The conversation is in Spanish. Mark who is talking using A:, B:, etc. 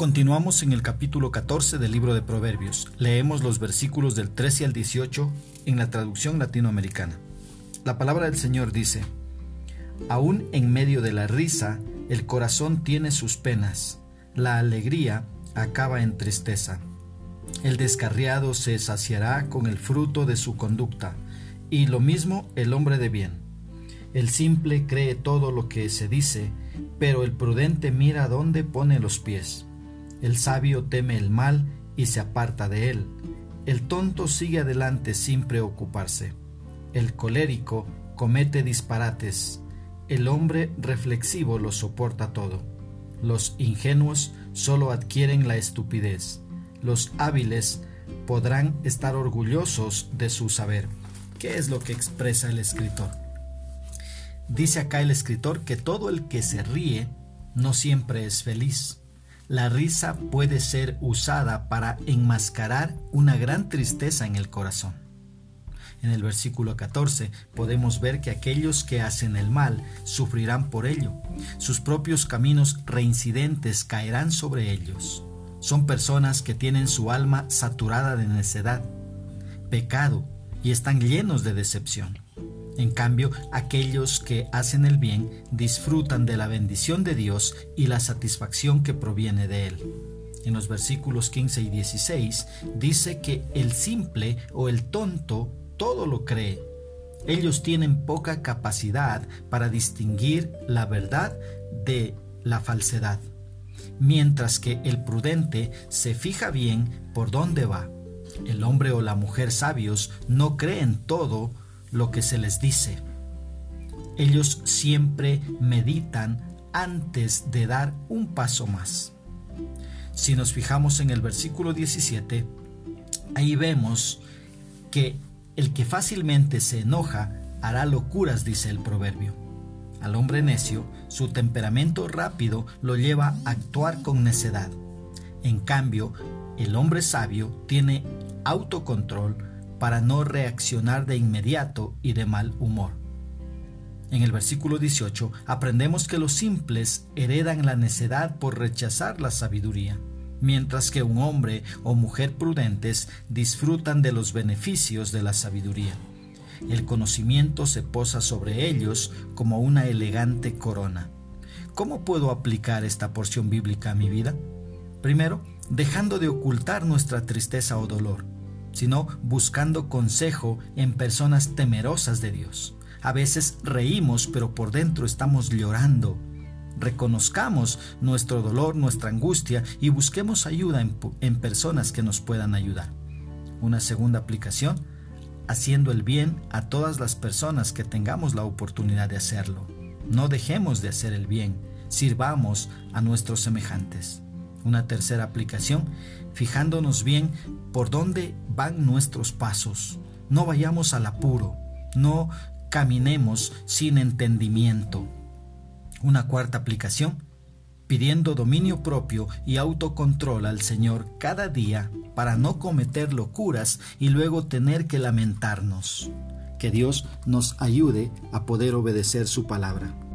A: Continuamos en el capítulo 14 del libro de Proverbios. Leemos los versículos del 13 al 18 en la traducción latinoamericana. La palabra del Señor dice: Aún en medio de la risa, el corazón tiene sus penas. La alegría acaba en tristeza. El descarriado se saciará con el fruto de su conducta, y lo mismo el hombre de bien. El simple cree todo lo que se dice, pero el prudente mira dónde pone los pies. El sabio teme el mal y se aparta de él. El tonto sigue adelante sin preocuparse. El colérico comete disparates. El hombre reflexivo lo soporta todo. Los ingenuos solo adquieren la estupidez. Los hábiles podrán estar orgullosos de su saber. ¿Qué es lo que expresa el escritor? Dice acá el escritor que todo el que se ríe no siempre es feliz. La risa puede ser usada para enmascarar una gran tristeza en el corazón. En el versículo 14 podemos ver que aquellos que hacen el mal sufrirán por ello. Sus propios caminos reincidentes caerán sobre ellos. Son personas que tienen su alma saturada de necedad, pecado, y están llenos de decepción. En cambio, aquellos que hacen el bien disfrutan de la bendición de Dios y la satisfacción que proviene de Él. En los versículos 15 y 16 dice que el simple o el tonto todo lo cree. Ellos tienen poca capacidad para distinguir la verdad de la falsedad, mientras que el prudente se fija bien por dónde va. El hombre o la mujer sabios no creen todo lo que se les dice. Ellos siempre meditan antes de dar un paso más. Si nos fijamos en el versículo 17, ahí vemos que el que fácilmente se enoja hará locuras, dice el proverbio. Al hombre necio, su temperamento rápido lo lleva a actuar con necedad. En cambio, el hombre sabio tiene autocontrol para no reaccionar de inmediato y de mal humor. En el versículo 18 aprendemos que los simples heredan la necedad por rechazar la sabiduría, mientras que un hombre o mujer prudentes disfrutan de los beneficios de la sabiduría. El conocimiento se posa sobre ellos como una elegante corona. ¿Cómo puedo aplicar esta porción bíblica a mi vida? Primero, dejando de ocultar nuestra tristeza o dolor, sino buscando consejo en personas temerosas de Dios. A veces reímos, pero por dentro estamos llorando. Reconozcamos nuestro dolor, nuestra angustia y busquemos ayuda en personas que nos puedan ayudar. Una segunda aplicación, haciendo el bien a todas las personas que tengamos la oportunidad de hacerlo. No dejemos de hacer el bien, sirvamos a nuestros semejantes. Una tercera aplicación, fijándonos bien por dónde van nuestros pasos. No vayamos al apuro, no caminemos sin entendimiento. Una cuarta aplicación, pidiendo dominio propio y autocontrol al Señor cada día para no cometer locuras y luego tener que lamentarnos. Que Dios nos ayude a poder obedecer su palabra.